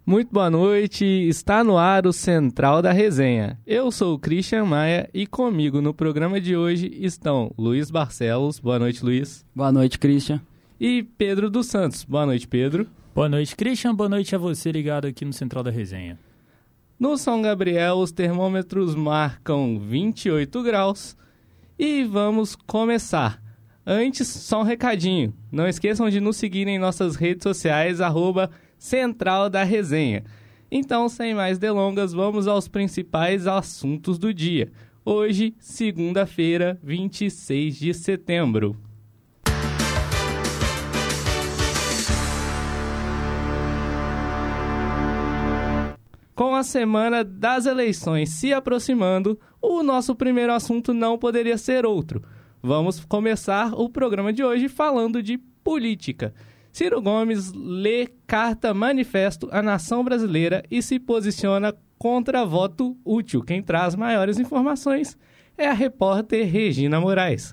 Muito boa noite, está no ar o Central da Resenha. Eu sou o Christian Maia e comigo no programa de hoje estão Luiz Barcelos. Boa noite, Luiz. Boa noite, Christian. E Pedro dos Santos. Boa noite, Pedro. Boa noite, Christian. Boa noite a você ligado aqui no Central da Resenha. No São Gabriel, os termômetros marcam 28 graus e vamos começar. Antes, só um recadinho. Não esqueçam de nos seguir em nossas redes sociais, @Central da Resenha. Então, sem mais delongas, vamos aos principais assuntos do dia. Hoje, segunda-feira, 26 de setembro. Com a semana das eleições se aproximando, o nosso primeiro assunto não poderia ser outro. Vamos começar o programa de hoje falando de política. Ciro Gomes lê carta manifesto à nação brasileira e se posiciona contra voto útil. Quem traz maiores informações é a repórter Regina Moraes.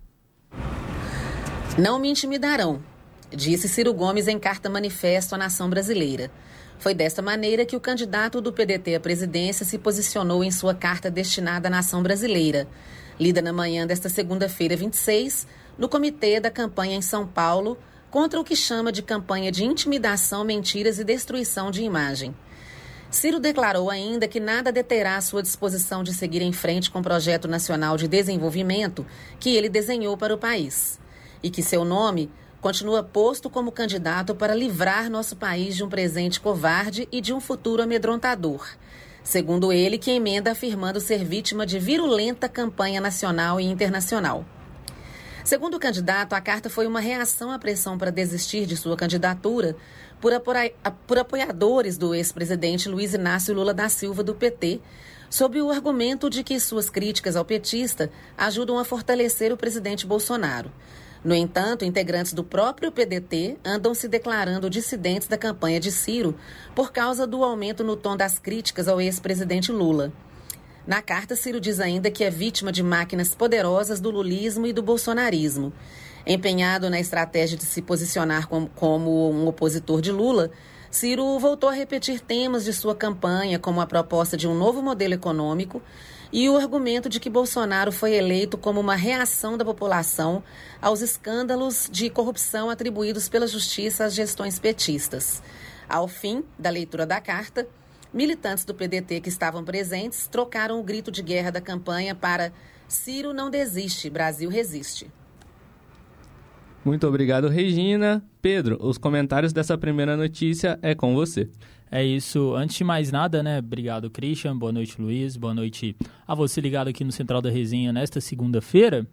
Não me intimidarão, disse Ciro Gomes em carta manifesto à nação brasileira. Foi desta maneira que o candidato do PDT à presidência se posicionou em sua carta destinada à nação brasileira, lida na manhã desta segunda-feira 26, no comitê da campanha em São Paulo, contra o que chama de campanha de intimidação, mentiras e destruição de imagem. Ciro declarou ainda que nada deterá a sua disposição de seguir em frente com o Projeto Nacional de Desenvolvimento que ele desenhou para o país, e que seu nome continua posto como candidato para livrar nosso país de um presente covarde e de um futuro amedrontador. Segundo ele, que emenda afirmando ser vítima de virulenta campanha nacional e internacional. Segundo o candidato, a carta foi uma reação à pressão para desistir de sua candidatura por apoiadores do ex-presidente Luiz Inácio Lula da Silva, do PT, sob o argumento de que suas críticas ao petista ajudam a fortalecer o presidente Bolsonaro. No entanto, integrantes do próprio PDT andam se declarando dissidentes da campanha de Ciro por causa do aumento no tom das críticas ao ex-presidente Lula. Na carta, Ciro diz ainda que é vítima de máquinas poderosas do lulismo e do bolsonarismo. Empenhado na estratégia de se posicionar como um opositor de Lula, Ciro voltou a repetir temas de sua campanha, como a proposta de um novo modelo econômico e o argumento de que Bolsonaro foi eleito como uma reação da população aos escândalos de corrupção atribuídos pela Justiça às gestões petistas. Ao fim da leitura da carta, militantes do PDT que estavam presentes trocaram o grito de guerra da campanha para "Ciro não desiste, Brasil resiste". Muito obrigado, Regina. Pedro, os comentários dessa primeira notícia é com você. É isso. Antes de mais nada, né? Obrigado, Christian. Boa noite, Luiz. Boa noite a você ligado aqui no Central da Resenha nesta segunda-feira.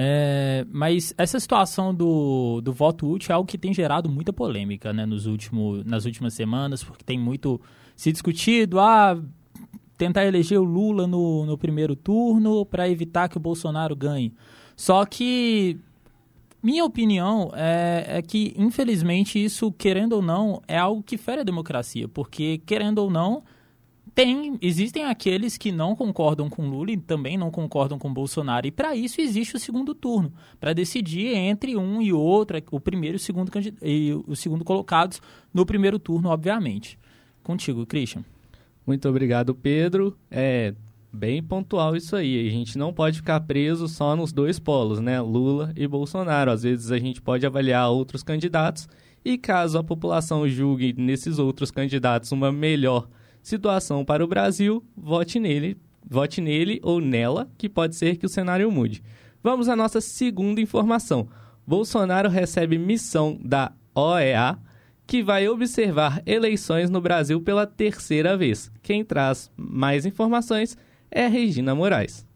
Mas essa situação do voto útil é algo que tem gerado muita polêmica, né, nas últimas semanas, porque tem muito se discutido, tentar eleger o Lula no primeiro turno para evitar que o Bolsonaro ganhe. Só que minha opinião é que, infelizmente, isso, querendo ou não, é algo que fere a democracia, porque, querendo ou não, existem aqueles que não concordam com Lula e também não concordam com Bolsonaro, e para isso existe o segundo turno, para decidir entre um e outro, o primeiro e o segundo colocados no primeiro turno, obviamente. Contigo, Christian. Muito obrigado, Pedro. Bem pontual isso aí. A gente não pode ficar preso só nos dois polos, né? Lula e Bolsonaro. Às vezes a gente pode avaliar outros candidatos e, caso a população julgue nesses outros candidatos uma melhor situação para o Brasil, vote nele ou nela, que pode ser que o cenário mude. Vamos à nossa segunda informação. Bolsonaro recebe missão da OEA, que vai observar eleições no Brasil pela terceira vez. Quem traz mais informações é a Regina Moraes.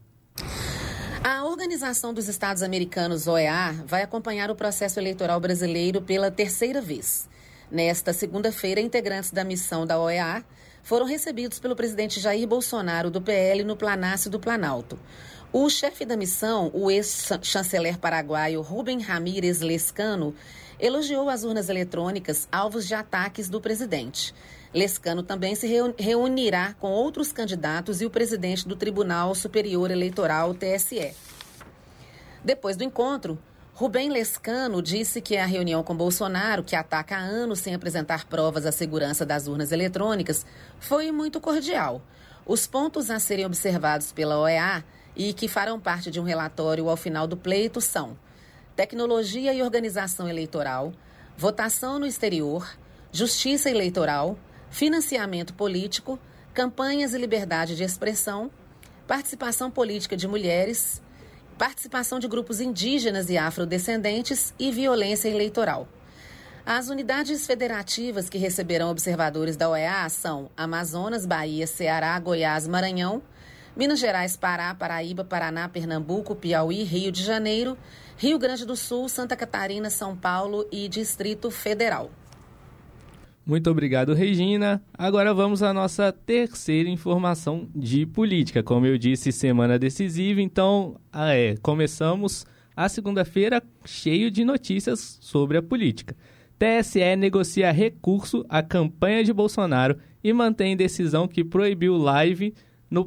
A Organização dos Estados Americanos, OEA, vai acompanhar o processo eleitoral brasileiro pela terceira vez. Nesta segunda-feira, integrantes da missão da OEA foram recebidos pelo presidente Jair Bolsonaro, do PL, no Palácio do Planalto. O chefe da missão, o ex-chanceler paraguaio Rubem Ramírez Lezcano, elogiou as urnas eletrônicas alvos de ataques do presidente. Lezcano também se reunirá com outros candidatos e o presidente do Tribunal Superior Eleitoral, TSE. Depois do encontro, Rubem Lescano disse que a reunião com Bolsonaro, que ataca há anos sem apresentar provas à segurança das urnas eletrônicas, foi muito cordial. Os pontos a serem observados pela OEA e que farão parte de um relatório ao final do pleito são tecnologia e organização eleitoral, votação no exterior, justiça eleitoral, financiamento político, campanhas e liberdade de expressão, participação política de mulheres, participação de grupos indígenas e afrodescendentes e violência eleitoral. As unidades federativas que receberão observadores da OEA são Amazonas, Bahia, Ceará, Goiás, Maranhão, Minas Gerais, Pará, Paraíba, Paraná, Pernambuco, Piauí, Rio de Janeiro, Rio Grande do Sul, Santa Catarina, São Paulo e Distrito Federal. Muito obrigado, Regina. Agora vamos à nossa terceira informação de política. Como eu disse, semana decisiva, então começamos a segunda-feira cheio de notícias sobre a política. TSE negocia recurso à campanha de Bolsonaro e mantém decisão que proibiu live no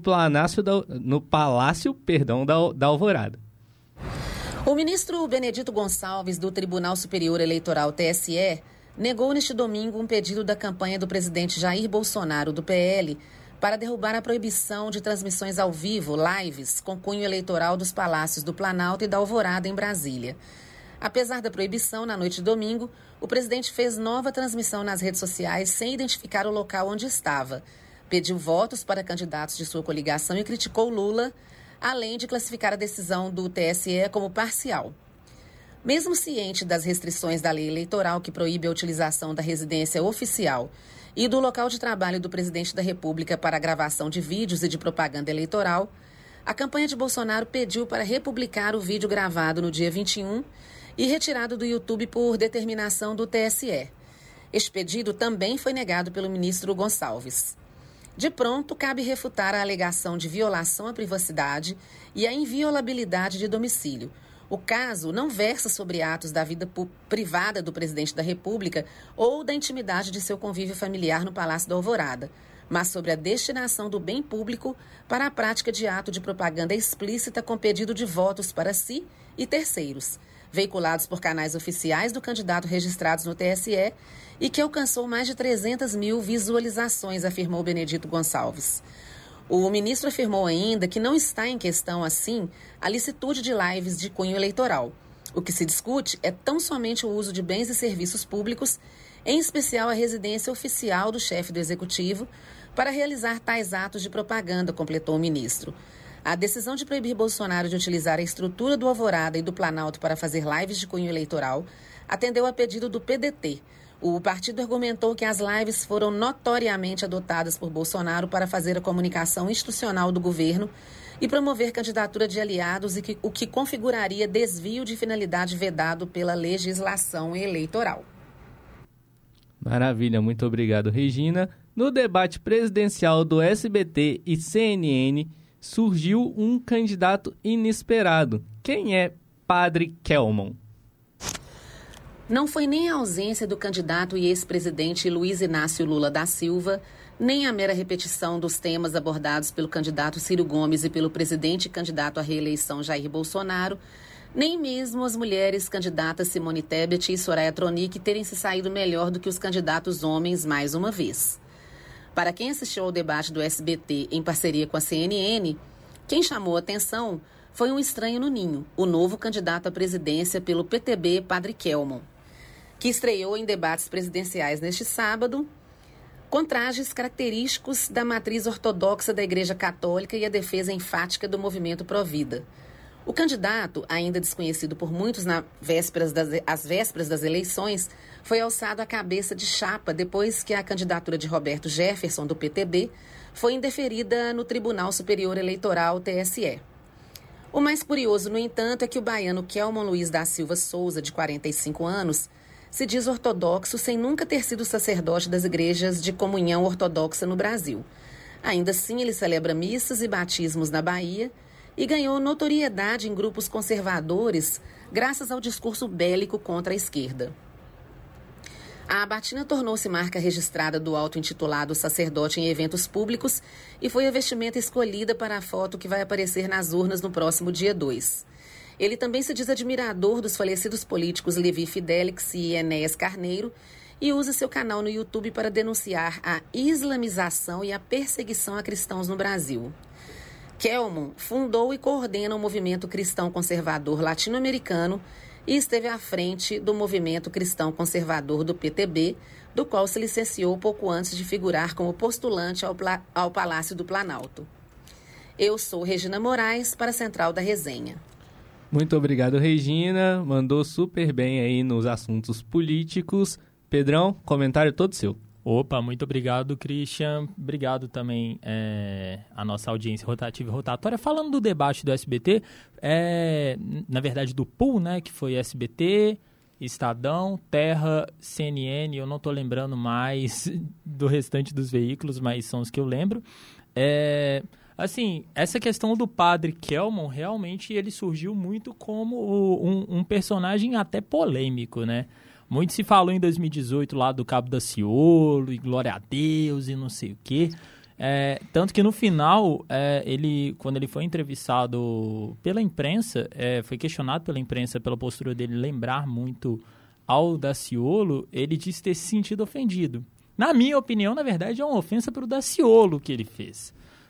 Palácio da Alvorada. O ministro Benedito Gonçalves, do Tribunal Superior Eleitoral, TSE, negou neste domingo um pedido da campanha do presidente Jair Bolsonaro, do PL, para derrubar a proibição de transmissões ao vivo, lives, com cunho eleitoral dos palácios do Planalto e da Alvorada, em Brasília. Apesar da proibição, na noite de domingo, o presidente fez nova transmissão nas redes sociais sem identificar o local onde estava. Pediu votos para candidatos de sua coligação e criticou Lula, além de classificar a decisão do TSE como parcial. Mesmo ciente das restrições da lei eleitoral que proíbe a utilização da residência oficial e do local de trabalho do presidente da República para a gravação de vídeos e de propaganda eleitoral, a campanha de Bolsonaro pediu para republicar o vídeo gravado no dia 21 e retirado do YouTube por determinação do TSE. Este pedido também foi negado pelo ministro Gonçalves. De pronto, cabe refutar a alegação de violação à privacidade e a inviolabilidade de domicílio. O caso não versa sobre atos da vida privada do presidente da República ou da intimidade de seu convívio familiar no Palácio da Alvorada, mas sobre a destinação do bem público para a prática de ato de propaganda explícita com pedido de votos para si e terceiros, veiculados por canais oficiais do candidato registrados no TSE e que alcançou mais de 300 mil visualizações, afirmou Benedito Gonçalves. O ministro afirmou ainda que não está em questão, assim, a licitude de lives de cunho eleitoral. O que se discute é tão somente o uso de bens e serviços públicos, em especial a residência oficial do chefe do executivo, para realizar tais atos de propaganda, completou o ministro. A decisão de proibir Bolsonaro de utilizar a estrutura do Alvorada e do Planalto para fazer lives de cunho eleitoral atendeu a pedido do PDT. O partido argumentou que as lives foram notoriamente adotadas por Bolsonaro para fazer a comunicação institucional do governo e promover candidatura de aliados, o que configuraria desvio de finalidade vedado pela legislação eleitoral. Maravilha, muito obrigado, Regina. No debate presidencial do SBT e CNN, surgiu um candidato inesperado. Quem é Padre Kelmon? Não foi nem a ausência do candidato e ex-presidente Luiz Inácio Lula da Silva, nem a mera repetição dos temas abordados pelo candidato Ciro Gomes e pelo presidente e candidato à reeleição Jair Bolsonaro, nem mesmo as mulheres candidatas Simone Tebet e Soraya Tronic terem se saído melhor do que os candidatos homens mais uma vez. Para quem assistiu ao debate do SBT em parceria com a CNN, quem chamou a atenção foi um estranho no ninho, o novo candidato à presidência pelo PTB, Padre Kelmon, que estreou em debates presidenciais neste sábado, com trajes característicos da matriz ortodoxa da Igreja Católica e a defesa enfática do movimento Pró-Vida. O candidato, ainda desconhecido por muitos às vésperas das eleições, foi alçado à cabeça de chapa depois que a candidatura de Roberto Jefferson, do PTB, foi indeferida no Tribunal Superior Eleitoral, TSE. O mais curioso, no entanto, é que o baiano Kelmon Luiz da Silva Souza, de 45 anos, se diz ortodoxo sem nunca ter sido sacerdote das igrejas de comunhão ortodoxa no Brasil. Ainda assim, ele celebra missas e batismos na Bahia e ganhou notoriedade em grupos conservadores graças ao discurso bélico contra a esquerda. A batina tornou-se marca registrada do auto-intitulado sacerdote em eventos públicos e foi a vestimenta escolhida para a foto que vai aparecer nas urnas no próximo dia 2. Ele também se diz admirador dos falecidos políticos Levi Fidelix e Enéas Carneiro e usa seu canal no YouTube para denunciar a islamização e a perseguição a cristãos no Brasil. Kelmon fundou e coordena o movimento cristão conservador latino-americano e esteve à frente do movimento cristão conservador do PTB, do qual se licenciou pouco antes de figurar como postulante ao Palácio do Planalto. Eu sou Regina Moraes, para a Central da Resenha. Muito obrigado, Regina. Mandou super bem aí nos assuntos políticos. Pedrão, comentário todo seu. Opa, muito obrigado, Christian. Obrigado também a nossa audiência rotativa e rotatória. Falando do debate do SBT, na verdade do pool, né, que foi SBT, Estadão, Terra, CNN, eu não estou lembrando mais do restante dos veículos, mas são os que eu lembro. Assim, essa questão do padre Kelmon, realmente ele surgiu muito como um personagem até polêmico, né? Muito se falou em 2018 lá do Cabo Daciolo, e glória a Deus, e não sei o quê. Tanto que no final, quando ele foi entrevistado pela imprensa, foi questionado pela imprensa pela postura dele lembrar muito ao Daciolo, ele disse ter se sentido ofendido. Na minha opinião, na verdade, é uma ofensa para o Daciolo que ele fez.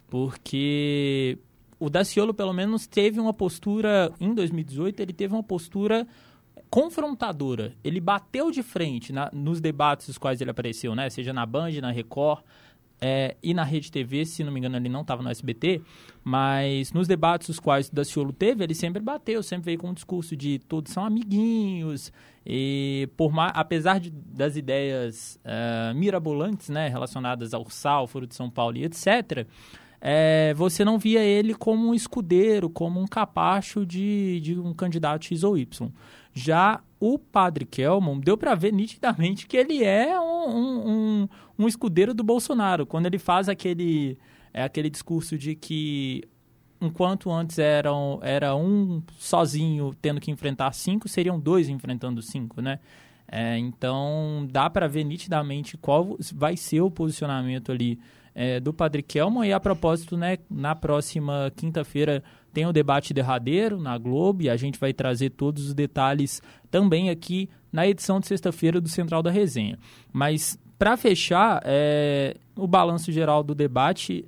Porque o Daciolo, pelo menos, teve uma postura, em 2018, ele teve uma postura confrontadora. Ele bateu de frente nos debates dos quais ele apareceu, né? Seja na Band, na Record e na Rede TV, se não me engano ele não estava no SBT, mas nos debates os quais o Daciolo teve, ele sempre bateu, sempre veio com um discurso de todos são amiguinhos, e apesar das ideias mirabolantes, né, relacionadas ao Sal, Foro de São Paulo e etc., você não via ele como um escudeiro, como um capacho de um candidato X ou Y. Já o padre Kelmon, deu para ver nitidamente que ele é um escudeiro do Bolsonaro. Quando ele faz aquele discurso de que, enquanto antes era um sozinho tendo que enfrentar 5, seriam 2 enfrentando 5, né? Então, dá para ver nitidamente qual vai ser o posicionamento ali do padre Kelmon. E a propósito, né, na próxima quinta-feira tem o debate derradeiro na Globo e a gente vai trazer todos os detalhes também aqui na edição de sexta-feira do Central da Resenha. Mas, para fechar, o balanço geral do debate,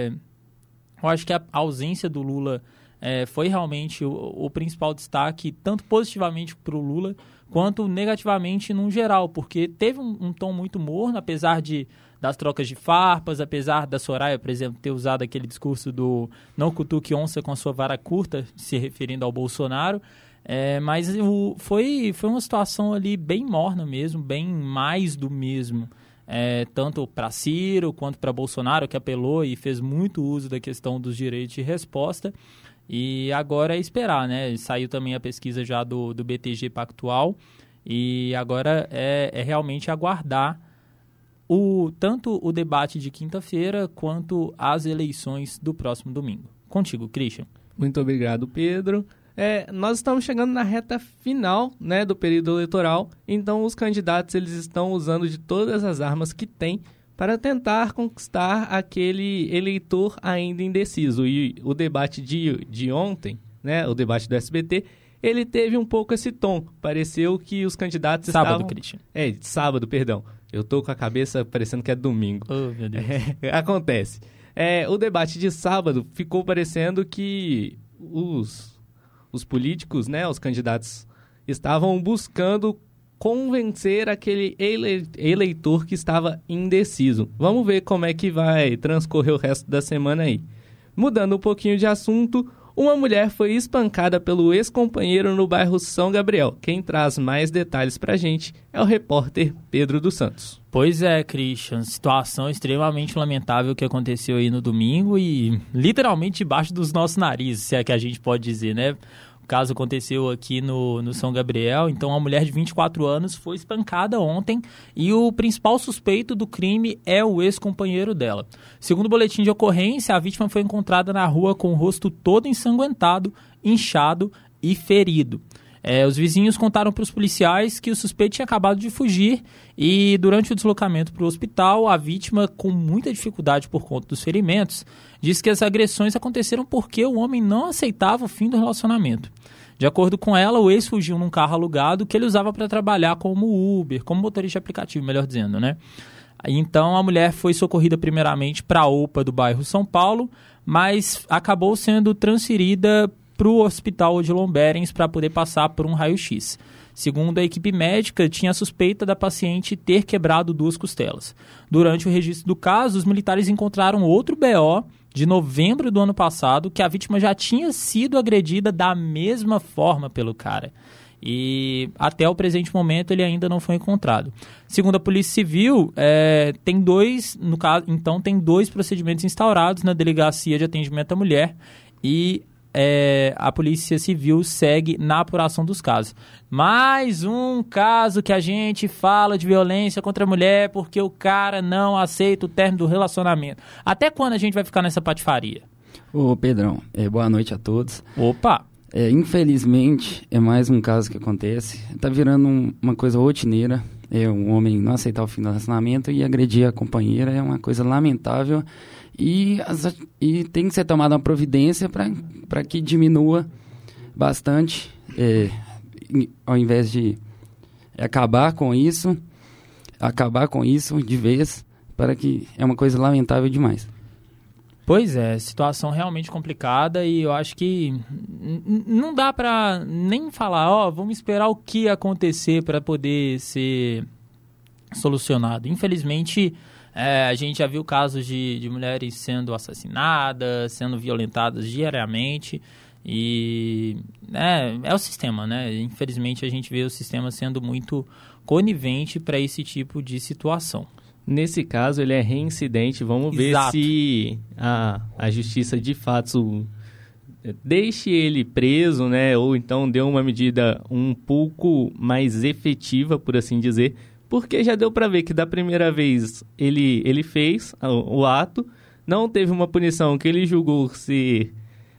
eu acho que a ausência do Lula foi realmente o principal destaque, tanto positivamente para o Lula quanto negativamente no geral, porque teve um tom muito morno, apesar das trocas de farpas, apesar da Soraya, por exemplo, ter usado aquele discurso do não cutuque onça com a sua vara curta, se referindo ao Bolsonaro, mas foi uma situação ali bem morna mesmo, bem mais do mesmo, tanto para Ciro quanto para Bolsonaro, que apelou e fez muito uso da questão dos direitos de resposta. E agora é esperar, né? Saiu também a pesquisa já do BTG Pactual e agora é realmente aguardar tanto o debate de quinta-feira quanto as eleições do próximo domingo. Contigo, Christian. Muito obrigado, Pedro. Nós estamos chegando na reta final, né, do período eleitoral, então os candidatos eles estão usando de todas as armas que têm para tentar conquistar aquele eleitor ainda indeciso. E o debate de ontem, né, o debate do SBT, ele teve um pouco esse tom. Pareceu que os candidatos Sábado, Christian. Sábado, perdão. Eu tô com a cabeça parecendo que é domingo. Oh, meu Deus. Acontece. O debate de sábado ficou parecendo que os políticos, né, os candidatos, estavam buscando convencer aquele eleitor que estava indeciso. Vamos ver como é que vai transcorrer o resto da semana aí. Mudando um pouquinho de assunto, uma mulher foi espancada pelo ex-companheiro no bairro São Gabriel. Quem traz mais detalhes pra gente é o repórter Pedro dos Santos. Pois é, Christian, situação extremamente lamentável que aconteceu aí no domingo e literalmente debaixo dos nossos narizes, se é que a gente pode dizer, né? O caso aconteceu aqui no São Gabriel, então uma mulher de 24 anos foi espancada ontem e o principal suspeito do crime é o ex-companheiro dela. Segundo o boletim de ocorrência, a vítima foi encontrada na rua com o rosto todo ensanguentado, inchado e ferido. Os vizinhos contaram para os policiais que o suspeito tinha acabado de fugir e durante o deslocamento para o hospital, a vítima, com muita dificuldade por conta dos ferimentos, disse que as agressões aconteceram porque o homem não aceitava o fim do relacionamento. De acordo com ela, o ex fugiu num carro alugado que ele usava para trabalhar como Uber, como motorista de aplicativo, melhor dizendo, né? Então, a mulher foi socorrida primeiramente para a UPA do bairro São Paulo, mas acabou sendo transferida para o hospital de Lomberens para poder passar por um raio-x. Segundo a equipe médica, tinha suspeita da paciente ter quebrado 2 costelas. Durante o registro do caso, os militares encontraram outro BO de novembro do ano passado, que a vítima já tinha sido agredida da mesma forma pelo cara. E até o presente momento ele ainda não foi encontrado. Segundo a Polícia Civil, tem 2 procedimentos instaurados na Delegacia de Atendimento à Mulher e a Polícia Civil segue na apuração dos casos. Mais um caso que a gente fala de violência contra a mulher porque o cara não aceita o término do relacionamento. Até quando a gente vai ficar nessa patifaria? Ô Pedrão, boa noite a todos. Opa! Infelizmente, é mais um caso que acontece. Tá virando uma coisa rotineira. Um homem não aceitar o fim do relacionamento e agredir a companheira é uma coisa lamentável. E tem que ser tomada uma providência para que diminua bastante, ao invés de acabar com isso de vez, para que é uma coisa lamentável demais. Pois é, situação realmente complicada e eu acho que não dá para nem falar, vamos esperar o que acontecer para poder ser solucionado. Infelizmente, a gente já viu casos de mulheres sendo assassinadas, sendo violentadas diariamente e é o sistema, né? Infelizmente, a gente vê o sistema sendo muito conivente para esse tipo de situação. Nesse caso, ele é reincidente. Vamos ver se a justiça de fato deixe ele preso, né? Ou então dê uma medida um pouco mais efetiva, por assim dizer. Porque já deu para ver que da primeira vez ele fez o ato, não teve uma punição que ele julgou ser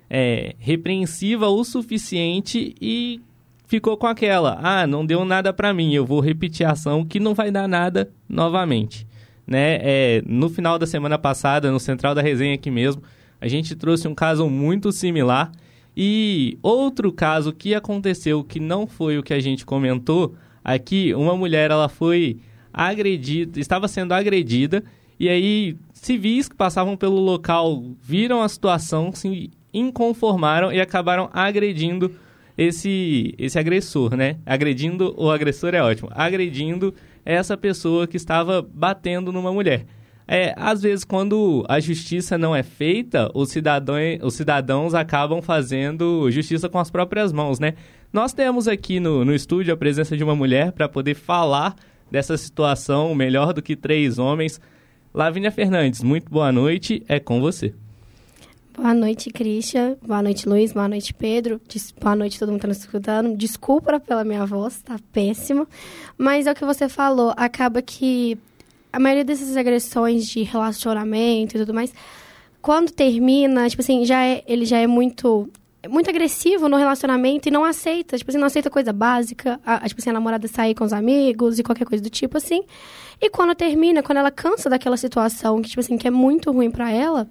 repreensiva o suficiente e ficou com aquela, não deu nada para mim, eu vou repetir a ação que não vai dar nada novamente. Né? No final da semana passada, no Central da Resenha aqui mesmo, a gente trouxe um caso muito similar e outro caso que aconteceu que não foi o que a gente comentou. Aqui, uma mulher, ela foi agredida, estava sendo agredida, e aí civis que passavam pelo local viram a situação, se inconformaram e acabaram agredindo esse agressor, né? Agredindo, o agressor é ótimo, agredindo essa pessoa que estava batendo numa mulher. Às vezes, quando a justiça não é feita, os cidadãos acabam fazendo justiça com as próprias mãos, né? Nós temos aqui no estúdio a presença de uma mulher para poder falar dessa situação melhor do que 3 homens. Lavínia Fernandes, muito boa noite, é com você. Boa noite, Christian. Boa noite, Luiz. Boa noite, Pedro. Boa noite, todo mundo que está nos escutando. Desculpa pela minha voz, tá péssimo. Mas é o que você falou, acaba que a maioria dessas agressões de relacionamento e tudo mais, quando termina, tipo assim, ele já é muito agressivo no relacionamento e não aceita, tipo assim, não aceita coisa básica, tipo assim, a namorada sair com os amigos e qualquer coisa do tipo assim. E quando termina, quando ela cansa daquela situação que, tipo assim, que é muito ruim pra ela,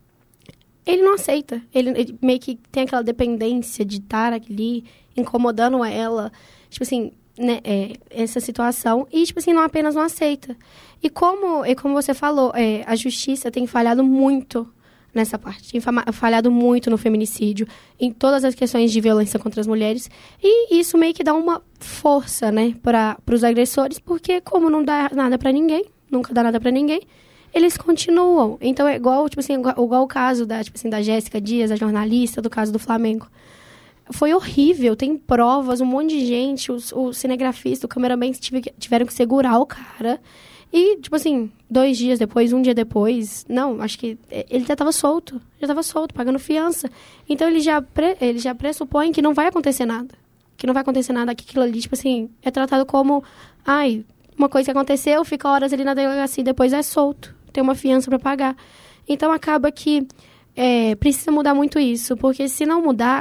ele não aceita. Ele meio que tem aquela dependência de estar ali, incomodando ela, tipo assim, né, essa situação. E, tipo assim, não apenas não aceita. E como você falou, a justiça tem falhado muito nessa parte. Tem falhado muito no feminicídio, em todas as questões de violência contra as mulheres. E isso meio que dá uma força, né, para os agressores, porque como não dá nada para ninguém, nunca dá nada para ninguém, eles continuam. Então é igual, tipo assim, igual o caso da Jéssica Dias, a jornalista do caso do Flamengo. Foi horrível, tem provas, um monte de gente, o cinegrafista, o cameraman tiveram que segurar o cara. E, tipo assim, 2 dias depois, 1 dia depois, não, acho que ele já estava solto, pagando fiança. Então ele já pressupõe que não vai acontecer nada. Que aquilo ali, tipo assim, é tratado como, uma coisa que aconteceu, fica horas ali na delegacia e depois é solto. Tem uma fiança para pagar. Então acaba que precisa mudar muito isso, porque se não mudar,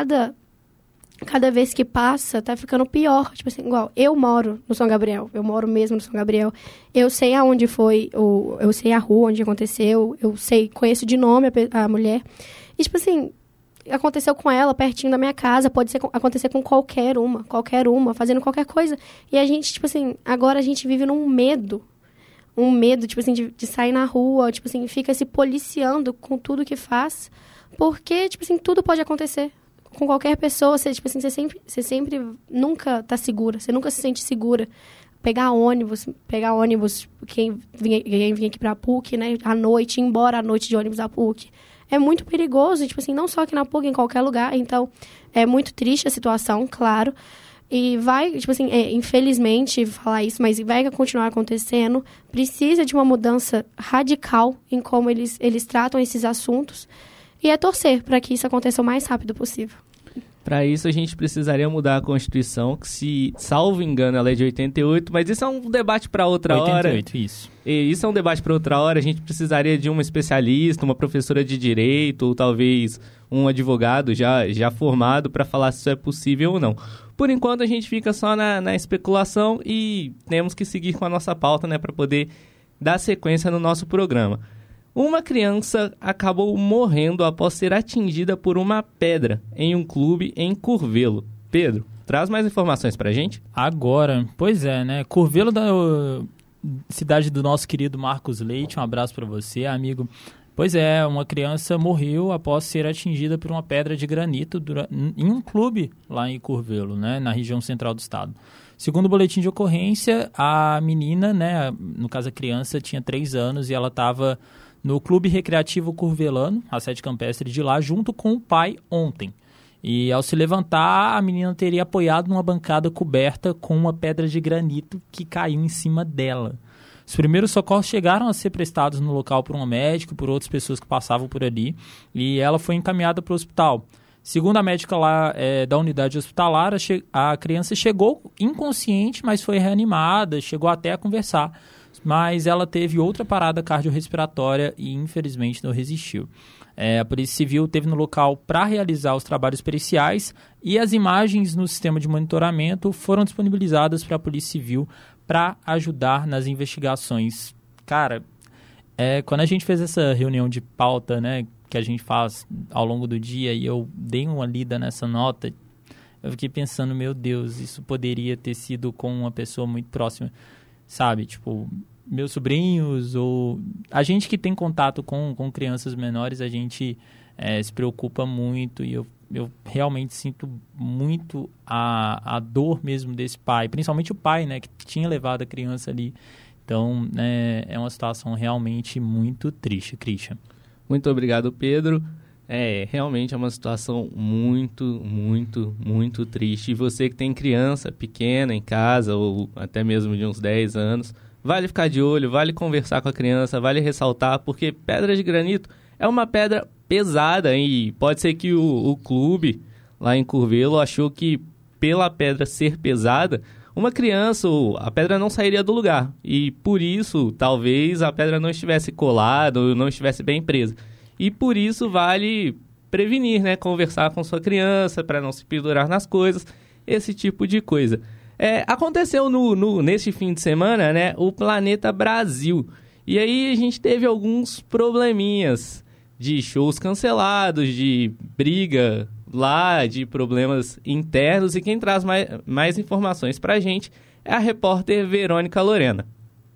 cada vez que passa, tá ficando pior. Tipo assim, igual, eu moro no São Gabriel. Eu moro mesmo no São Gabriel. Eu sei aonde foi, eu sei a rua onde aconteceu. Conheço de nome a mulher. E, tipo assim, aconteceu com ela, pertinho da minha casa, pode acontecer com qualquer uma, fazendo qualquer coisa. E a gente, tipo assim, agora a gente vive num medo, tipo assim, de sair na rua, tipo assim, fica se policiando com tudo que faz, porque, tipo assim, tudo pode acontecer com qualquer pessoa. Você, tipo assim, você sempre nunca tá segura, você nunca se sente segura. Pegar ônibus, quem vinha aqui pra PUC, né, à noite, ir embora à noite de ônibus da PUC. É muito perigoso, tipo assim, não só aqui na PUC, em qualquer lugar. Então, é muito triste a situação, claro. E vai, tipo assim, infelizmente falar isso, mas vai continuar acontecendo. Precisa de uma mudança radical em como eles tratam esses assuntos. E é torcer para que isso aconteça o mais rápido possível. Para isso, a gente precisaria mudar a Constituição, que, se salvo engano, ela é de 88, mas isso é um debate para outra hora. 88, isso. E isso é um debate para outra hora. A gente precisaria de uma especialista, uma professora de direito, ou talvez um advogado já formado para falar se isso é possível ou não. Por enquanto, a gente fica só na especulação e temos que seguir com a nossa pauta, né, para poder dar sequência no nosso programa. Uma criança acabou morrendo após ser atingida por uma pedra em um clube em Curvelo. Pedro, traz mais informações pra gente? Agora, pois é, né? Curvelo, cidade do nosso querido Marcos Leite, um abraço pra você, amigo. Pois é, uma criança morreu após ser atingida por uma pedra de granito em um clube lá em Curvelo, né? Na região central do estado. Segundo o boletim de ocorrência, a menina, né? No caso a criança, tinha 3 anos e ela estava no Clube Recreativo Curvelano, a sede campestre de lá, junto com o pai ontem. E ao se levantar, a menina teria apoiado numa bancada coberta com uma pedra de granito que caiu em cima dela. Os primeiros socorros chegaram a ser prestados no local por um médico, por outras pessoas que passavam por ali, e ela foi encaminhada para o hospital. Segundo a médica lá da unidade hospitalar, a criança chegou inconsciente, mas foi reanimada, chegou até a conversar, mas ela teve outra parada cardiorrespiratória e infelizmente não resistiu. A Polícia Civil esteve no local para realizar os trabalhos periciais e as imagens no sistema de monitoramento foram disponibilizadas para a Polícia Civil para ajudar nas investigações. Cara, quando a gente fez essa reunião de pauta, né, que a gente faz ao longo do dia, e eu dei uma lida nessa nota, eu fiquei pensando, meu Deus, isso poderia ter sido com uma pessoa muito próxima, sabe? Tipo, meus sobrinhos, ou a gente que tem contato com crianças menores, a gente se preocupa muito, e eu realmente sinto muito a dor mesmo desse pai, principalmente o pai, né, que tinha levado a criança ali. Então, é uma situação realmente muito triste, Christian. Muito obrigado, Pedro. Realmente é uma situação muito, muito, muito triste. E você que tem criança pequena em casa, ou até mesmo de uns 10 anos, vale ficar de olho, vale conversar com a criança, vale ressaltar, porque pedra de granito é uma pedra pesada e pode ser que o clube lá em Curvelo achou que pela pedra ser pesada, uma criança, a pedra não sairia do lugar. E por isso, talvez a pedra não estivesse colada ou não estivesse bem presa. E por isso vale prevenir, né? Conversar com sua criança para não se pendurar nas coisas, esse tipo de coisa. Aconteceu nesse fim de semana, né, o Planeta Brasil. E aí a gente teve alguns probleminhas de shows cancelados, de briga lá, de problemas internos. E quem traz mais informações pra gente é a repórter Verônica Lorena.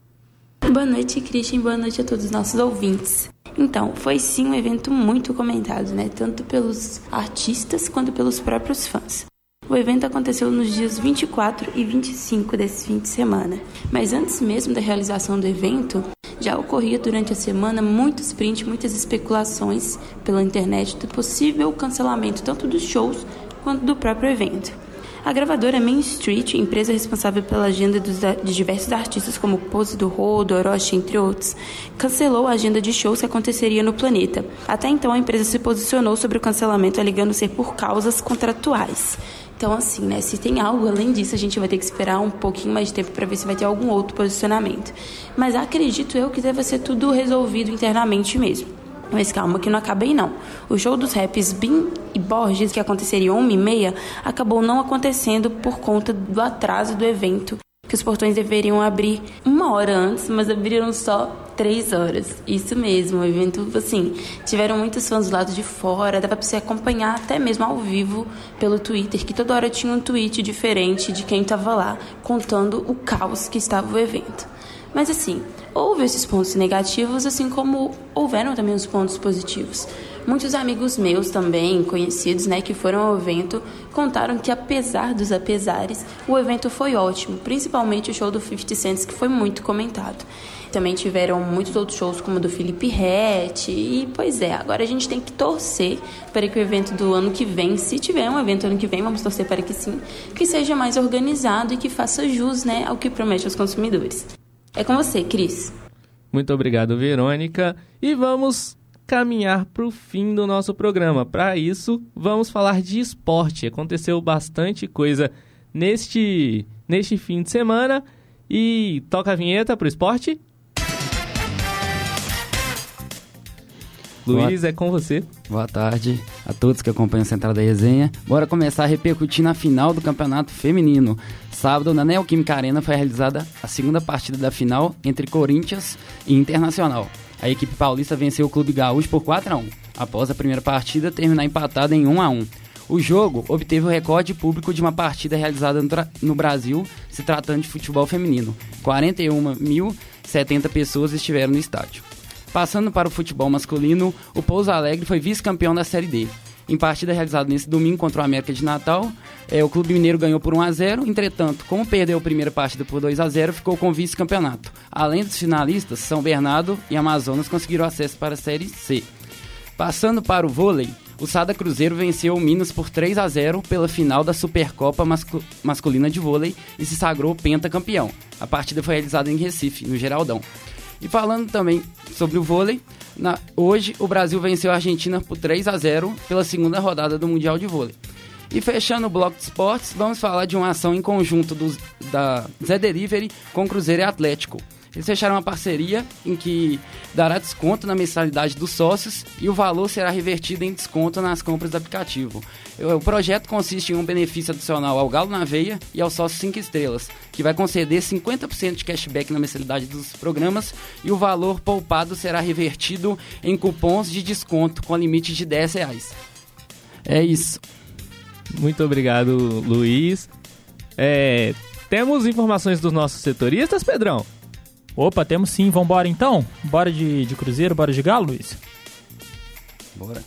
Boa noite, Christian. Boa noite a todos os nossos ouvintes. Então, foi sim um evento muito comentado, né? Tanto pelos artistas quanto pelos próprios fãs. O evento aconteceu nos dias 24 e 25 desse fim de semana. Mas antes mesmo da realização do evento, já ocorria durante a semana muitos prints, muitas especulações pela internet do possível cancelamento tanto dos shows quanto do próprio evento. A gravadora Main Street, empresa responsável pela agenda de diversos artistas como Pose do Rodo, Orochi, entre outros, cancelou a agenda de shows que aconteceria no planeta. Até então, a empresa se posicionou sobre o cancelamento, alegando ser por causas contratuais. Então, assim, né, se tem algo além disso, a gente vai ter que esperar um pouquinho mais de tempo para ver se vai ter algum outro posicionamento. Mas acredito eu que deve ser tudo resolvido internamente mesmo. Mas calma que não acaba aí não. O show dos raps Bin e Borges, que aconteceria 1h30, acabou não acontecendo por conta do atraso do evento que os portões deveriam abrir 1 hora antes, mas abriram só 3 horas. Isso mesmo, o evento, assim, tiveram muitos fãs do lado de fora, dava pra você acompanhar até mesmo ao vivo pelo Twitter, que toda hora tinha um tweet diferente de quem tava lá, contando o caos que estava o evento. Mas assim, houve esses pontos negativos, assim como houveram também os pontos positivos. Muitos amigos meus também, conhecidos, né, que foram ao evento, contaram que apesar dos apesares, o evento foi ótimo, principalmente o show do 50 Cent, que foi muito comentado. Também tiveram muitos outros shows, como o do Felipe Ret, e pois é, agora a gente tem que torcer para que o evento do ano que vem, se tiver um evento ano que vem, vamos torcer para que sim, que seja mais organizado e que faça jus, né, ao que promete aos consumidores. É com você, Cris. Muito obrigado, Verônica. E vamos caminhar para o fim do nosso programa. Para isso, vamos falar de esporte. Aconteceu bastante coisa neste fim de semana. E toca a vinheta para o esporte. Luiz, é com você. Boa tarde a todos que acompanham a Central da Resenha. Bora começar a repercutir na final do Campeonato Feminino. Sábado, na Neoquímica Arena, foi realizada a segunda partida da final entre Corinthians e Internacional. A equipe paulista venceu o Clube Gaúcho por 4-1, após a primeira partida terminar empatada em 1-1. O jogo obteve o recorde público de uma partida realizada no Brasil, se tratando de futebol feminino. 41.070 pessoas estiveram no estádio. Passando para o futebol masculino, o Pouso Alegre foi vice-campeão da Série D. Em partida realizada nesse domingo contra o América de Natal, o Clube Mineiro ganhou por 1-0, entretanto, como perdeu a primeira partida por 2-0, ficou com o vice-campeonato. Além dos finalistas, São Bernardo e Amazonas conseguiram acesso para a Série C. Passando para o vôlei, o Sada Cruzeiro venceu o Minas por 3-0 pela final da Supercopa Masculina de Vôlei e se sagrou pentacampeão. A partida foi realizada em Recife, no Geraldão. E falando também sobre o vôlei, hoje o Brasil venceu a Argentina por 3-0 pela segunda rodada do Mundial de Vôlei. E fechando o bloco de esportes, vamos falar de uma ação em conjunto da Zé Delivery com o Cruzeiro e Atlético. Eles fecharam uma parceria em que dará desconto na mensalidade dos sócios e o valor será revertido em desconto nas compras do aplicativo. O projeto consiste em um benefício adicional ao Galo na Veia e ao sócio 5 estrelas, que vai conceder 50% de cashback na mensalidade dos programas e o valor poupado será revertido em cupons de desconto com limite de R$10. É isso. Muito obrigado, Luiz. Temos informações dos nossos setoristas, Pedrão? Opa, temos sim. Vambora então? Bora de Cruzeiro, bora de Galo, Luiz? Bora.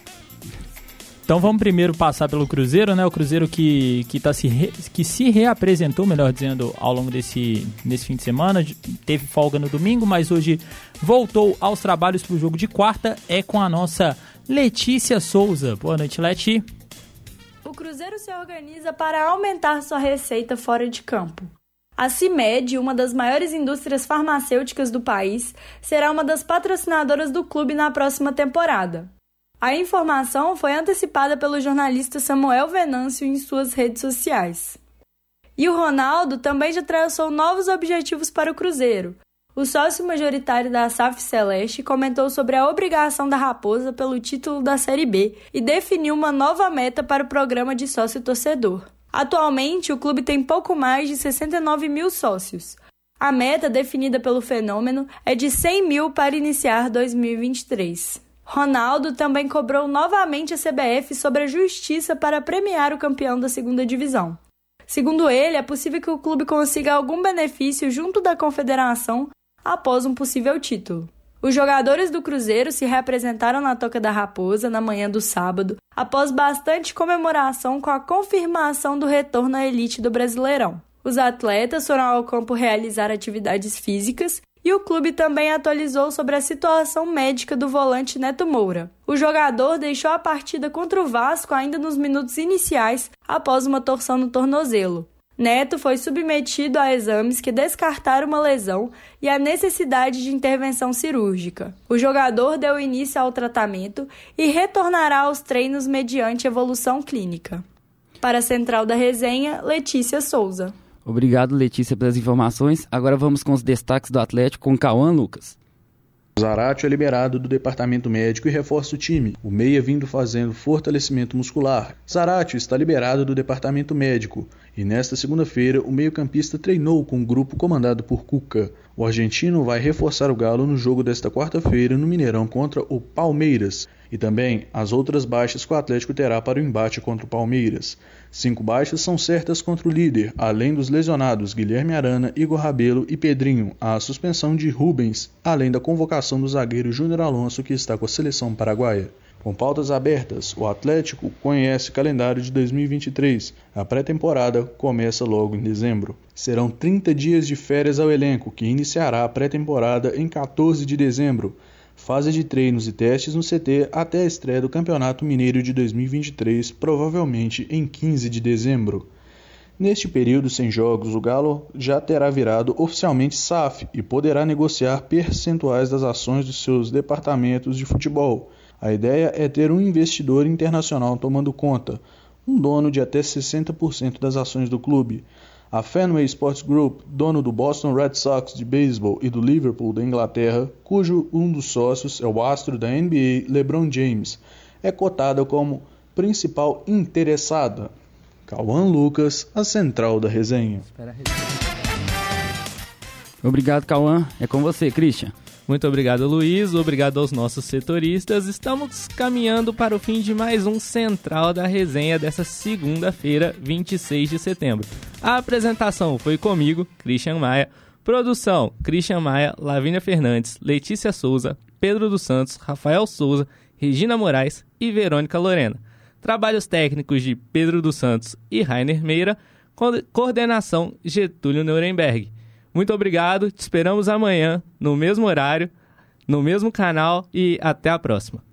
Então vamos primeiro passar pelo Cruzeiro, né? O Cruzeiro que se reapresentou, melhor dizendo, ao longo nesse fim de semana. Teve folga no domingo, mas hoje voltou aos trabalhos para o jogo de quarta. É com a nossa Letícia Souza. Boa noite, Leti. O Cruzeiro se organiza para aumentar sua receita fora de campo. A CIMED, uma das maiores indústrias farmacêuticas do país, será uma das patrocinadoras do clube na próxima temporada. A informação foi antecipada pelo jornalista Samuel Venâncio em suas redes sociais. E o Ronaldo também já traçou novos objetivos para o Cruzeiro. O sócio majoritário da SAF Celeste comentou sobre a obrigação da Raposa pelo título da Série B e definiu uma nova meta para o programa de sócio-torcedor. Atualmente, o clube tem pouco mais de 69 mil sócios. A meta definida pelo Fenômeno é de 100 mil para iniciar 2023. Ronaldo também cobrou novamente a CBF sobre a justiça para premiar o campeão da segunda divisão. Segundo ele, é possível que o clube consiga algum benefício junto da confederação após um possível título. Os jogadores do Cruzeiro se reapresentaram na Toca da Raposa na manhã do sábado, após bastante comemoração com a confirmação do retorno à elite do Brasileirão. Os atletas foram ao campo realizar atividades físicas e o clube também atualizou sobre a situação médica do volante Neto Moura. O jogador deixou a partida contra o Vasco ainda nos minutos iniciais após uma torção no tornozelo. Neto foi submetido a exames que descartaram uma lesão e a necessidade de intervenção cirúrgica. O jogador deu início ao tratamento e retornará aos treinos mediante evolução clínica. Para a Central da Resenha, Letícia Souza. Obrigado, Letícia, pelas informações. Agora vamos com os destaques do Atlético com Cauã Lucas. Zaratio é liberado do departamento médico e reforça o time. O meia vindo fazendo fortalecimento muscular. Zaratio está liberado do departamento médico. E nesta segunda-feira, o meio-campista treinou com um grupo comandado por Cuca. O argentino vai reforçar o Galo no jogo desta quarta-feira no Mineirão contra o Palmeiras. E também as outras baixas que o Atlético terá para o embate contra o Palmeiras. 5 baixas são certas contra o líder, além dos lesionados Guilherme Arana, Igor Rabelo e Pedrinho, a suspensão de Rubens, além da convocação do zagueiro Júnior Alonso, que está com a seleção paraguaia. Com pautas abertas, o Atlético conhece o calendário de 2023. A pré-temporada começa logo em dezembro. Serão 30 dias de férias ao elenco, que iniciará a pré-temporada em 14 de dezembro. Fase de treinos e testes no CT até a estreia do Campeonato Mineiro de 2023, provavelmente em 15 de dezembro. Neste período sem jogos, o Galo já terá virado oficialmente SAF e poderá negociar percentuais das ações dos seus departamentos de futebol. A ideia é ter um investidor internacional tomando conta, um dono de até 60% das ações do clube. A Fenway Sports Group, dono do Boston Red Sox de beisebol e do Liverpool da Inglaterra, cujo um dos sócios é o astro da NBA LeBron James, é cotada como principal interessada. Cauã Lucas, a central da resenha. Obrigado, Cauã. É com você, Christian. Muito obrigado, Luiz. Obrigado aos nossos setoristas. Estamos caminhando para o fim de mais um Central da Resenha dessa segunda-feira, 26 de setembro. A apresentação foi comigo, Christian Maia. Produção, Christian Maia, Lavínia Fernandes, Letícia Souza, Pedro dos Santos, Rafael Souza, Regina Moraes e Verônica Lorena. Trabalhos técnicos de Pedro dos Santos e Rainer Meira. Coordenação, Getúlio Nuremberg. Muito obrigado, te esperamos amanhã, no mesmo horário, no mesmo canal e até a próxima.